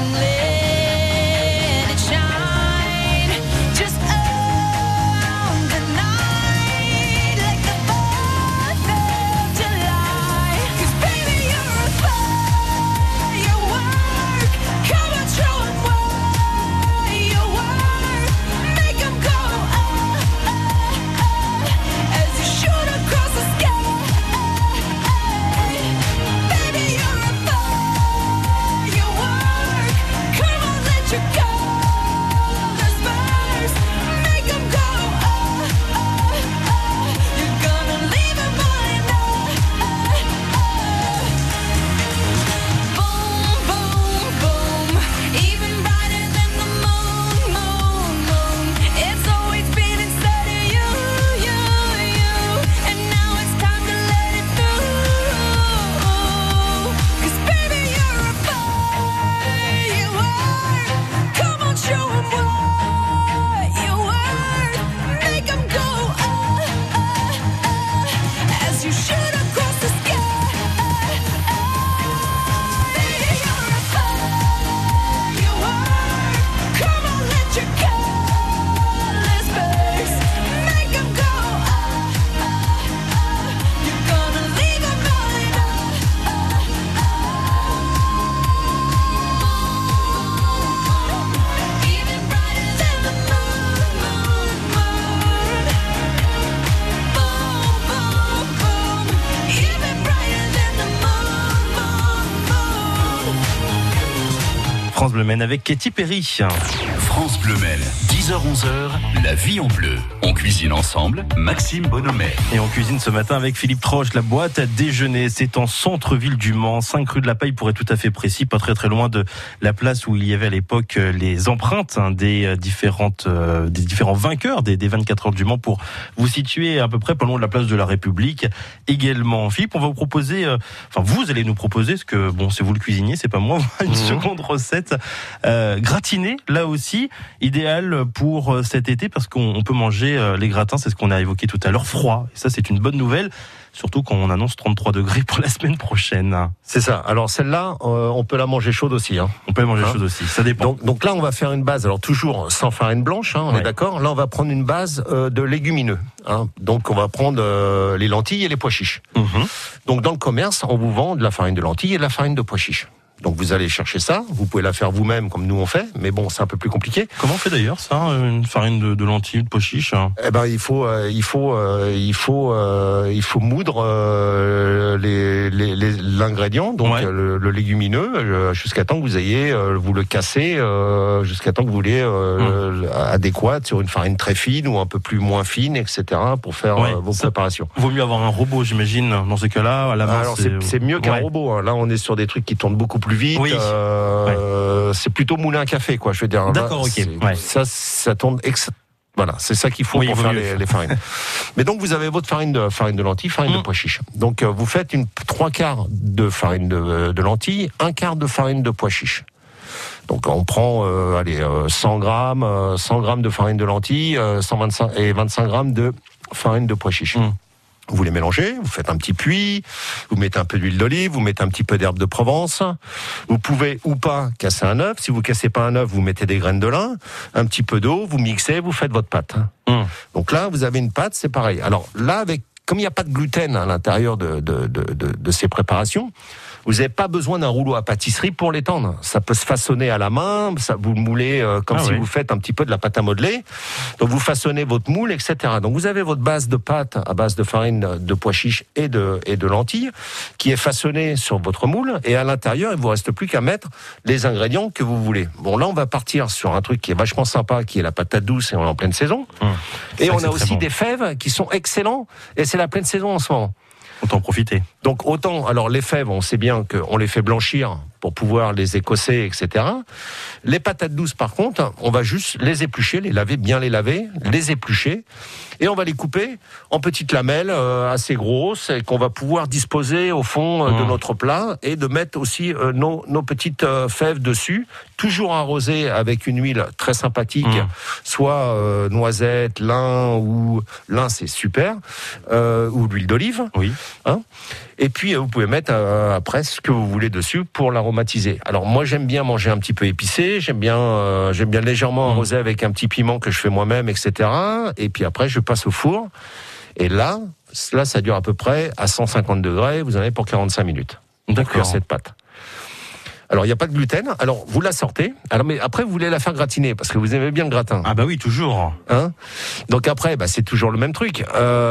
France Bleu Maine avec Katy Perry. France Bleu Maine, dix heures onze heures, la vie en bleu. On cuisine ensemble, Maxime Bonhomet. Et on cuisine ce matin avec Philippe Troche. La boîte à déjeuner, c'est en centre-ville du Mans, cinq rue de la Paille pour être tout à fait précis, pas très très loin de la place où il y avait à l'époque les empreintes hein, des différentes euh, des différents vainqueurs des, des vingt-quatre heures du Mans, pour vous situer à peu près pas loin de la place de la République également. Philippe, on va vous proposer, euh, enfin vous allez nous proposer, parce que bon, c'est vous le cuisinier, c'est pas moi, une mmh. seconde recette euh, gratinée, là aussi idéale pour cet été, parce qu'on peut manger euh, les gratins, c'est ce qu'on a évoqué tout à l'heure, froid. Et ça, c'est une bonne nouvelle, surtout quand on annonce trente-trois degrés pour la semaine prochaine. C'est ça. Alors celle-là, euh, on peut la manger chaude aussi. Hein. On peut la manger hein chaude aussi, ça dépend. Donc, donc là, on va faire une base, alors toujours sans farine blanche, hein, on ouais. est d'accord. Là, on va prendre une base euh, de légumineux. Hein. Donc on va prendre euh, les lentilles et les pois chiches. Mmh. Donc dans le commerce, on vous vend de la farine de lentilles et de la farine de pois chiches. Donc vous allez chercher ça, vous pouvez la faire vous-même comme nous on fait, mais bon, c'est un peu plus compliqué. Comment on fait d'ailleurs ça, une farine de, de lentilles, de pois chiches? Eh ben il faut, euh, il faut, euh, il faut, euh, il faut moudre euh, les, les, les, l'ingrédient, donc ouais. le, le légumineux, euh, jusqu'à temps que vous ayez, euh, vous le cassez, euh, jusqu'à temps que vous l'ayez euh, hum. adéquat sur une farine très fine ou un peu plus moins fine, et cetera pour faire ouais, euh, vos ça, préparations. Vaut mieux avoir un robot, j'imagine, dans ces cas-là. À la main, Alors c'est, c'est, c'est mieux qu'un ouais. robot. Hein. Là, on est sur des trucs qui tournent beaucoup plus plus vite. Oui. Euh, ouais. C'est plutôt moulin à café, quoi. Je veux dire. D'accord, là, ok. Ouais. Ça, ça tourne. Ex- Voilà, c'est ça qu'il faut oui, pour faire les, les farines. Mais donc vous avez votre farine de farine de lentilles, farine mmh. de pois chiches. Donc euh, vous faites une trois quarts de farine de, de lentilles, un quart de farine de pois chiches. Donc on prend euh, allez euh, cent grammes, euh, cent grammes de farine de lentilles, euh, cent vingt-cinq et vingt-cinq grammes de farine de pois chiches. Mmh. Vous les mélangez, vous faites un petit puits, vous mettez un peu d'huile d'olive, vous mettez un petit peu d'herbe de Provence. Vous pouvez ou pas casser un œuf. Si vous cassez pas un œuf, vous mettez des graines de lin, un petit peu d'eau, vous mixez, vous faites votre pâte. Mmh. Donc là, vous avez une pâte, c'est pareil. Alors là, avec comme il n'y a pas de gluten à l'intérieur de, de, de, de, de ces préparations, vous n'avez pas besoin d'un rouleau à pâtisserie pour l'étendre. Ça peut se façonner à la main, ça vous le moulez euh, comme ah si oui. vous faites un petit peu de la pâte à modeler. Donc vous façonnez votre moule, et cetera. Donc vous avez votre base de pâte à base de farine de pois chiches et de, et de lentilles qui est façonnée sur votre moule. Et à l'intérieur, il ne vous reste plus qu'à mettre les ingrédients que vous voulez. Bon, là, on va partir sur un truc qui est vachement sympa, qui est la patate douce, et on est en pleine saison. Mmh. Et on a aussi bon. des fèves qui sont excellents, et c'est la pleine saison en ce moment. Autant en profiter. Donc autant, alors les fèves, on sait bien qu'on les fait blanchir pour pouvoir les écosser, et cetera. Les patates douces, par contre, on va juste les éplucher, les laver, bien les laver, les éplucher, et on va les couper en petites lamelles euh, assez grosses, et qu'on va pouvoir disposer au fond euh, mmh. de notre plat, et de mettre aussi euh, nos, nos petites euh, fèves dessus, toujours arrosées avec une huile très sympathique, mmh. soit euh, noisette, lin, ou lin c'est super, euh, ou l'huile d'olive. Oui. Hein. Et puis vous pouvez mettre euh, après ce que vous voulez dessus pour l'aromatiser. Alors moi j'aime bien manger un petit peu épicé, j'aime bien euh, j'aime bien légèrement arroser mmh. avec un petit piment que je fais moi-même, et cetera. Et puis après je passe au four. Et là, là ça dure à peu près à cent cinquante degrés. Vous en avez pour quarante-cinq minutes. D'accord. Cette pâte. Alors, il n'y a pas de gluten. Alors, vous la sortez. Alors, mais après, vous voulez la faire gratiner parce que vous aimez bien le gratin. Ah bah oui, toujours. Hein? Donc après, bah, c'est toujours le même truc.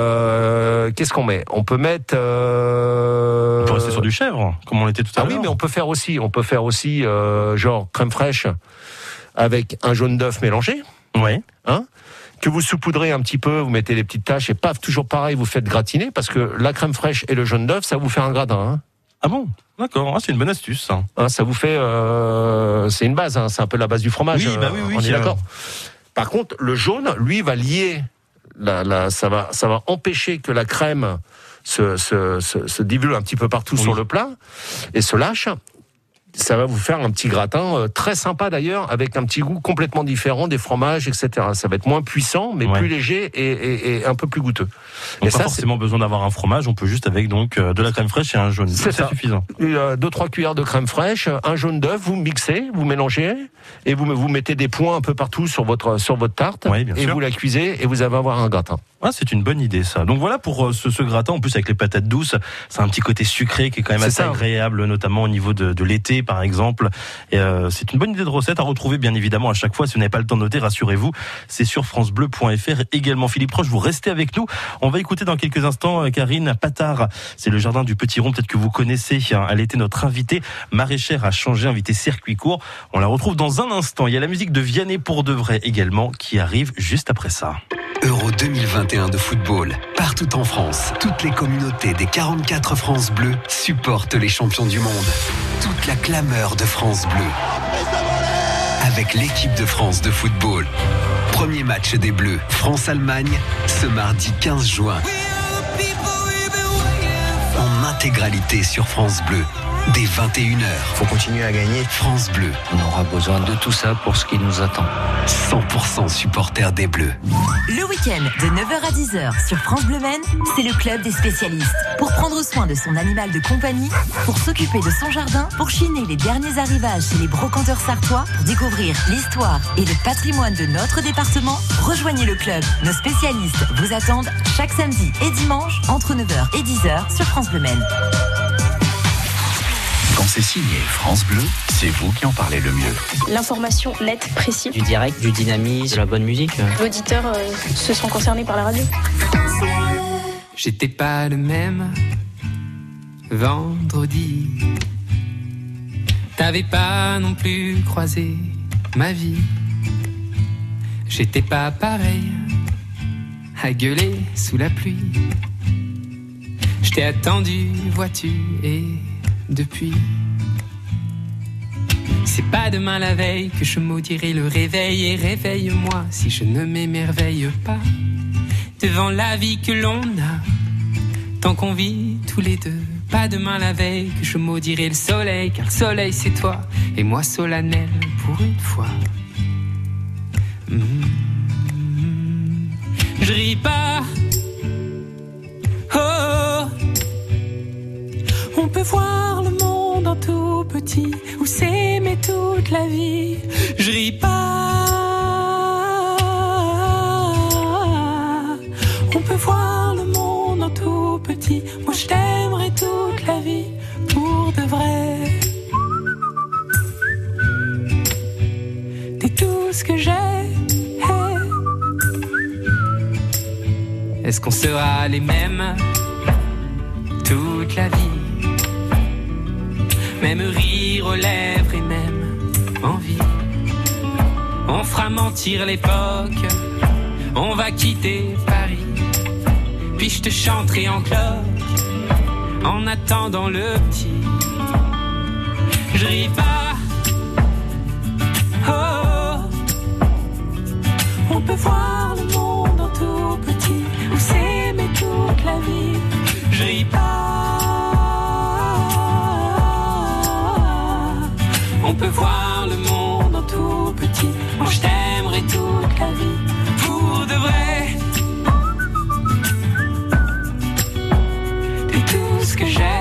Euh, qu'est-ce qu'on met? On peut mettre... Euh... On peut rester sur du chèvre, comme on l'était tout à ah l'heure. Ah oui, mais on peut faire aussi, on peut faire aussi euh, genre crème fraîche avec un jaune d'œuf mélangé. Oui. Hein? Que vous saupoudrez un petit peu, vous mettez les petites taches et paf, toujours pareil, vous faites gratiner parce que la crème fraîche et le jaune d'œuf, ça vous fait un gratin. Hein? Ah bon? D'accord, ah, c'est une bonne astuce. Ça, hein, ça vous fait, euh, c'est une base, hein, c'est un peu la base du fromage. Oui, bah oui, oui. On est d'accord. Par contre, le jaune, lui, va lier, la, la, ça va, ça va empêcher que la crème se, se, se, se divulgue un petit peu partout oui. sur le plat et se lâche. Ça va vous faire un petit gratin euh, très sympa d'ailleurs, avec un petit goût complètement différent des fromages, et cetera. Ça va être moins puissant, mais ouais. plus léger et, et, et un peu plus goûteux. Donc et pas ça, forcément c'est... besoin d'avoir un fromage, on peut juste avec donc euh, de la crème fraîche et un jaune. C'est, c'est ça. suffisant. Euh, deux trois cuillères de crème fraîche, un jaune d'œuf, vous mixez, vous mélangez et vous vous mettez des points un peu partout sur votre sur votre tarte ouais, bien et sûr. vous la cuisez et vous allez avoir un gratin. Ah, c'est une bonne idée ça. Donc voilà pour euh, ce, ce gratin. En plus avec les patates douces, c'est un petit côté sucré qui est quand même c'est assez ça. agréable, notamment au niveau de, de l'été. par exemple. Et euh, c'est une bonne idée de recette à retrouver bien évidemment à chaque fois. Si vous n'avez pas le temps de noter, rassurez-vous, c'est sur francebleu point f r également. Philippe Proche, vous restez avec nous. On va écouter dans quelques instants euh, Karine Patard. C'est le jardin du Petit Rond, peut-être que vous connaissez. Elle était notre invitée maraîchère à changer, invitée circuit court. On la retrouve dans un instant. Il y a la musique de Vianney pour de vrai également qui arrive juste après ça. Euro deux mille vingt et un de football. Partout en France, toutes les communautés des quarante-quatre France Bleu supportent les champions du monde. Toute la clameur de France Bleu. Avec l'équipe de France de football. Premier match des Bleus, France-Allemagne, ce mardi quinze juin. En intégralité sur France Bleu. Dès vingt et une heures. Faut continuer à gagner. France Bleu. On aura besoin de tout ça pour ce qui nous attend. cent pour cent supporters des Bleus. Le week-end de neuf heures à dix heures sur France Bleu Maine, c'est le club des spécialistes. Pour prendre soin de son animal de compagnie, pour s'occuper de son jardin, pour chiner les derniers arrivages chez les brocanteurs sartois, pour découvrir l'histoire et le patrimoine de notre département, rejoignez le club. Nos spécialistes vous attendent chaque samedi et dimanche entre neuf heures et dix heures sur France Bleu Maine. Quand c'est signé France Bleu, c'est vous qui en parlez le mieux. L'information nette, précise. Du direct, du dynamisme, de la bonne musique. L'auditeur euh, se sent concerné par la radio. J'étais pas le même vendredi. T'avais pas non plus croisé ma vie. J'étais pas pareil à gueuler sous la pluie. Je t'ai attendu, vois-tu, et depuis, c'est pas demain la veille que je maudirai le réveil. Et réveille-moi si je ne m'émerveille pas devant la vie que l'on a, tant qu'on vit tous les deux. Pas demain la veille que je maudirai le soleil, car le soleil c'est toi et moi solennel pour une fois. Mmh. Je ris pas. Oh, on peut voir le monde en tout petit ou s'aimer toute la vie. Je ris pas. On peut voir le monde en tout petit. Moi je t'aimerai toute la vie pour de vrai. T'es tout ce que j'ai. Est-ce qu'on sera les mêmes toute la vie? Même rire aux lèvres et même envie. On fera mentir l'époque, on va quitter Paris. Puis je te chanterai en cloque, en attendant le petit. Je ris pas. Oh, on peut voir le monde en tout petit ou s'aimer toute la vie. Je ris pas. On peut voir le monde en tout petit. Moi je t'aimerai toute la vie pour de vrai. T'es tout ce que j'ai.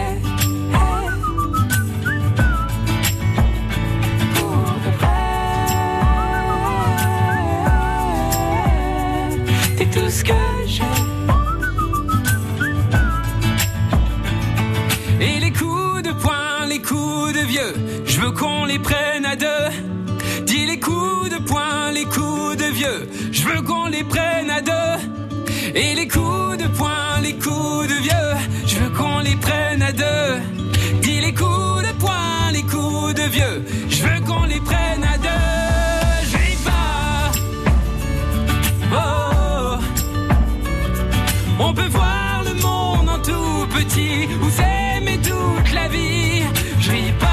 Pour de vrai. T'es tout ce que j'ai. Et les coups de poing, les coups de vieux, je veux qu'on les prenne à deux. Dis les coups de poing, les coups de vieux, je veux qu'on les prenne à deux. Et les coups de poing, les coups de vieux, je veux qu'on les prenne à deux. Dis les coups de poing, les coups de vieux, je veux qu'on les prenne à deux. Je ris pas. Oh, on peut voir le monde en tout petit ou s'aimer toute la vie. Je ris pas.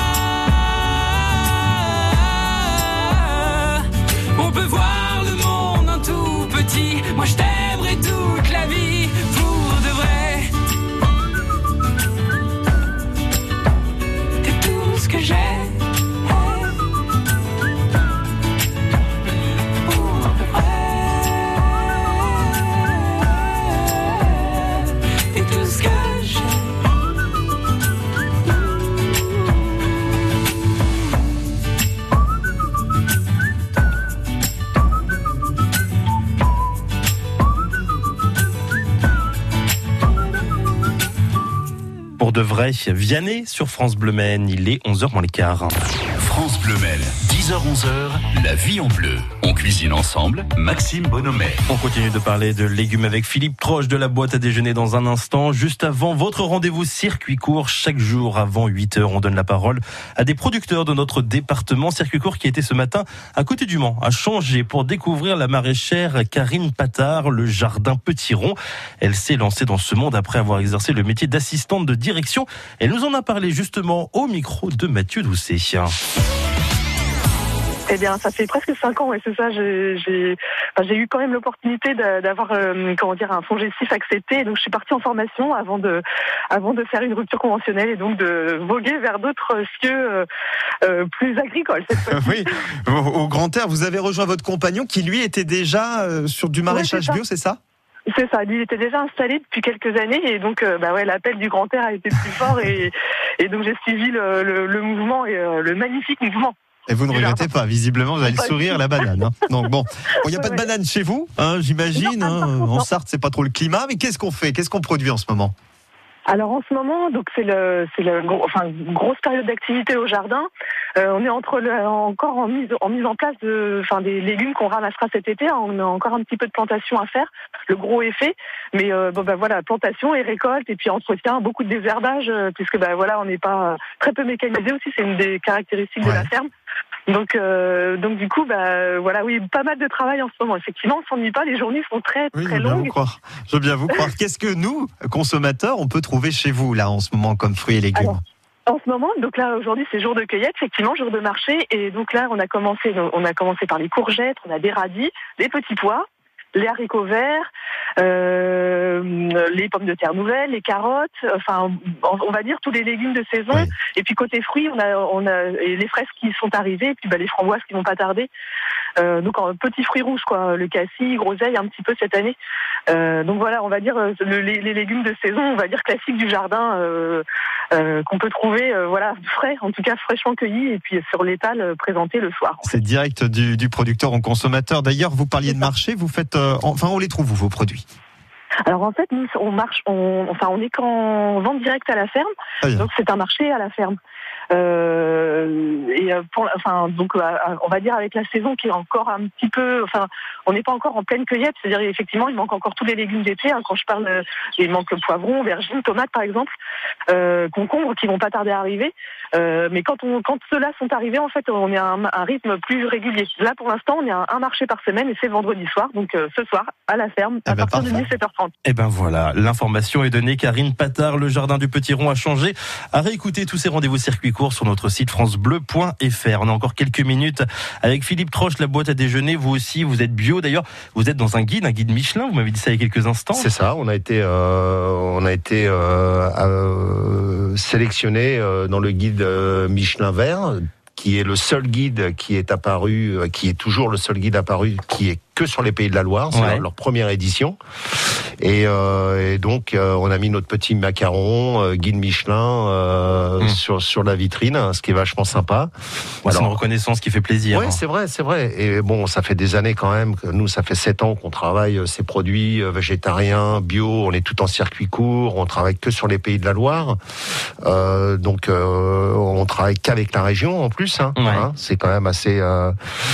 On peut voir le monde en tout petit. Moi je t'aimerai toute la vie pour de vrai. T'es tout ce que j'ai. pour de vrai. Vianney sur France Bleu Maine, il est onze heures moins le quart. France Bleu Maine, dix heures onze heures, la vie en bleu. On cuisine ensemble, Maxime Bonhomet. On continue de parler de légumes avec Philippe Troche de la boîte à déjeuner dans un instant. Juste avant votre rendez-vous circuit court, chaque jour avant huit heures, on donne la parole à des producteurs de notre département. Circuit court qui était ce matin à côté du Mans, à Changé, pour découvrir la maraîchère Karine Patard, le jardin Petit Rond. Elle s'est lancée dans ce monde après avoir exercé le métier d'assistante de direction. Elle nous en a parlé justement au micro de Mathieu Doucet. Eh bien, ça fait presque cinq ans, et c'est ça. J'ai, j'ai, enfin, j'ai eu quand même l'opportunité d'avoir, euh, comment dire, un FONGECIF accepté. Donc, je suis partie en formation avant de, avant de faire une rupture conventionnelle et donc de voguer vers d'autres cieux euh, euh, plus agricoles. Cette fois-ci. Oui, au, au Grand Air, vous avez rejoint votre compagnon qui lui était déjà euh, sur du maraîchage ouais, bio, c'est ça ? C'est ça, il était déjà installé depuis quelques années et donc euh, bah ouais, l'appel du Grand Air a été plus fort et, et donc j'ai suivi le, le, le mouvement et euh, le magnifique mouvement. Et vous ne regrettez pas, visiblement, vous avez le sourire, la banane. Hein. Donc bon, il n'y a pas de banane chez vous, hein, j'imagine. Non, hein. non. En Sarthe, c'est pas trop le climat, mais qu'est-ce qu'on fait ? Qu'est-ce qu'on produit en ce moment ? Alors en ce moment, donc c'est le, c'est le, enfin une grosse période d'activité au jardin. Euh, on est entre le, encore en mise, en mise en place de, enfin des légumes qu'on ramassera cet été. On a encore un petit peu de plantation à faire. Le gros est fait, mais euh, bon bah voilà, plantation et récolte et puis entretien, beaucoup de désherbage euh, puisque bah voilà, on n'est pas euh, très peu mécanisé aussi. C'est une des caractéristiques ouais. de la ferme. Donc, euh, donc du coup, bah voilà, oui, pas mal de travail en ce moment. Effectivement, on s'ennuie pas. Les journées sont très, oui, très je veux longues. Bien vous croire. Je veux bien vous croire. Qu'est-ce que nous, consommateurs, on peut trouver chez vous là en ce moment comme fruits et légumes ? Alors, en ce moment, donc là aujourd'hui c'est jour de cueillette, effectivement jour de marché, et donc là on a commencé, on a commencé par les courgettes, on a des radis, des petits pois, les haricots verts, euh, les pommes de terre nouvelles, les carottes, enfin on va dire tous les légumes de saison. Oui. Et puis côté fruits, on a, on a et les fraises qui sont arrivées, et puis bah, les framboises qui vont pas tarder. Euh, donc en petits fruits rouges quoi, le cassis, groseille un petit peu cette année. Euh, donc voilà, on va dire le, les, les légumes de saison, on va dire classiques du jardin euh, euh, qu'on peut trouver, euh, voilà frais, en tout cas fraîchement cueillis et puis sur l'étal euh, présenté le soir. C'est direct du, du producteur au consommateur. D'ailleurs, vous parliez de marché, vous faites, euh, enfin on les trouve où vos produits ? Alors en fait, nous on marche, on, enfin on est qu'en vente directe à la ferme, ah donc c'est un marché à la ferme. Euh, et pour, enfin donc on va dire avec la saison qui est encore un petit peu, enfin on n'est pas encore en pleine cueillette, c'est-à-dire effectivement il manque encore tous les légumes d'été. Hein, quand je parle, euh, il manque le poivron, aubergine, tomate par exemple, euh, concombres qui vont pas tarder à arriver. Euh, mais quand on, quand ceux-là sont arrivés, en fait on est à un, un rythme plus régulier. Là pour l'instant on est à un marché par semaine et c'est le vendredi soir, donc euh, ce soir à la ferme à ah bah partir parfait. de dix-sept heures trente. Et ben voilà, l'information est donnée. Karine Patard, le jardin du Petit Rond a changé. À réécouter tous ces rendez-vous circuit court sur notre site francebleu point f r. On a encore quelques minutes avec Philippe Troche, la boîte à déjeuner. Vous aussi, vous êtes bio. D'ailleurs, vous êtes dans un guide, un guide Michelin. Vous m'avez dit ça il y a quelques instants. C'est ça. On a été, euh, on a été euh, euh, sélectionné euh, dans le guide euh, Michelin Vert, qui est le seul guide qui est apparu, qui est toujours le seul guide apparu, qui est que sur les Pays de la Loire. C'est ouais. leur, leur première édition. Et, euh, et donc, euh, on a mis notre petit macaron, euh, guide Michelin, euh, mmh. sur, sur la vitrine, hein, ce qui est vachement sympa. Ouais, c'est une reconnaissance qui fait plaisir. Oui, hein. c'est vrai, c'est vrai. Et bon, ça fait des années quand même, que nous, ça fait sept ans qu'on travaille ces produits euh, végétariens, bio, on est tout en circuit court, on travaille que sur les Pays de la Loire. Euh, donc, euh, on travaille qu'avec la région en plus. Hein, ouais. hein, c'est quand même assez... Euh,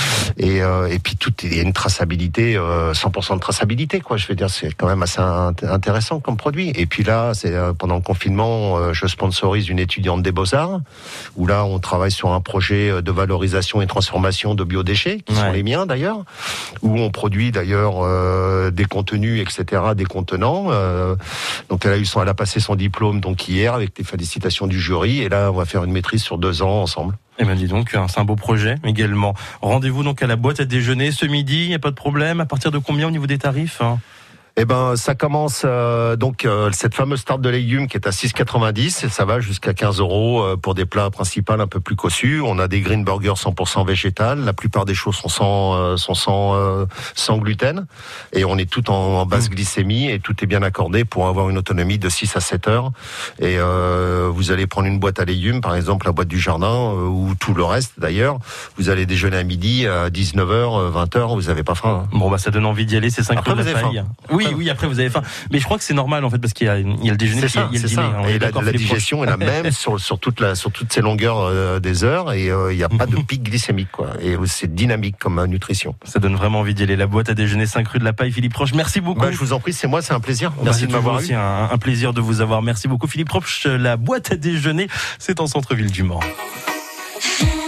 et, euh, et puis, tout, il y a une traçabilité, euh, cent pour cent de traçabilité, quoi. Je veux dire, c'est quand même assez intéressant comme produit. Et puis là, c'est euh, pendant le confinement, euh, je sponsorise une étudiante des Beaux-Arts, où là, on travaille sur un projet de valorisation et transformation de biodéchets, qui ouais. sont les miens d'ailleurs, où on produit d'ailleurs euh, des contenus, et cetera, des contenants. Euh, donc elle a eu son, elle a passé son diplôme donc hier avec les félicitations du jury, et là, on va faire une maîtrise sur deux ans ensemble. Eh bien, dis donc, c'est un beau projet également. Rendez-vous donc à la boîte à déjeuner ce midi, il n'y a pas de problème. À partir de combien au niveau des tarifs ? Eh ben, ça commence euh, donc euh, cette fameuse tarte de légumes qui est à six quatre-vingt-dix, et ça va jusqu'à quinze euros euh, pour des plats principaux un peu plus cossus. On a des green burgers cent pour cent végétal. La plupart des choses sont sans euh, sont sans euh, sans gluten, et on est tout en, en basse mmh. glycémie, et tout est bien accordé pour avoir une autonomie de six à sept heures. Et euh, vous allez prendre une boîte à légumes, par exemple la boîte du jardin, euh, ou tout le reste d'ailleurs. Vous allez déjeuner à midi à dix-neuf heures, vingt heures, vous avez pas faim. Hein. Bon bah ça donne envie d'y aller, c'est cinq rue de la Paille. Oui. oui, après vous avez faim. Mais je crois que c'est normal en fait parce qu'il y a, il y a le déjeuner, C'est puis il y a- ça, il y a le c'est dîner. ça. hein. On est Et la, d'accord, la Philippe Roche. digestion est la même sur, sur, toute la, sur toutes ces longueurs euh, des heures et euh, il n'y a pas de pic glycémique. Quoi. Et euh, c'est dynamique comme euh, nutrition. Ça donne vraiment envie d'y aller. La boîte à déjeuner cinq rue de la Paille, Philippe Roche. Merci beaucoup. Bah, je vous en prie, c'est moi, c'est un plaisir. Bah, Merci c'est de m'avoir toujours eu. aussi un, un plaisir de vous avoir. Merci beaucoup Philippe Roche. La boîte à déjeuner, c'est en centre-ville du Mans. Mmh.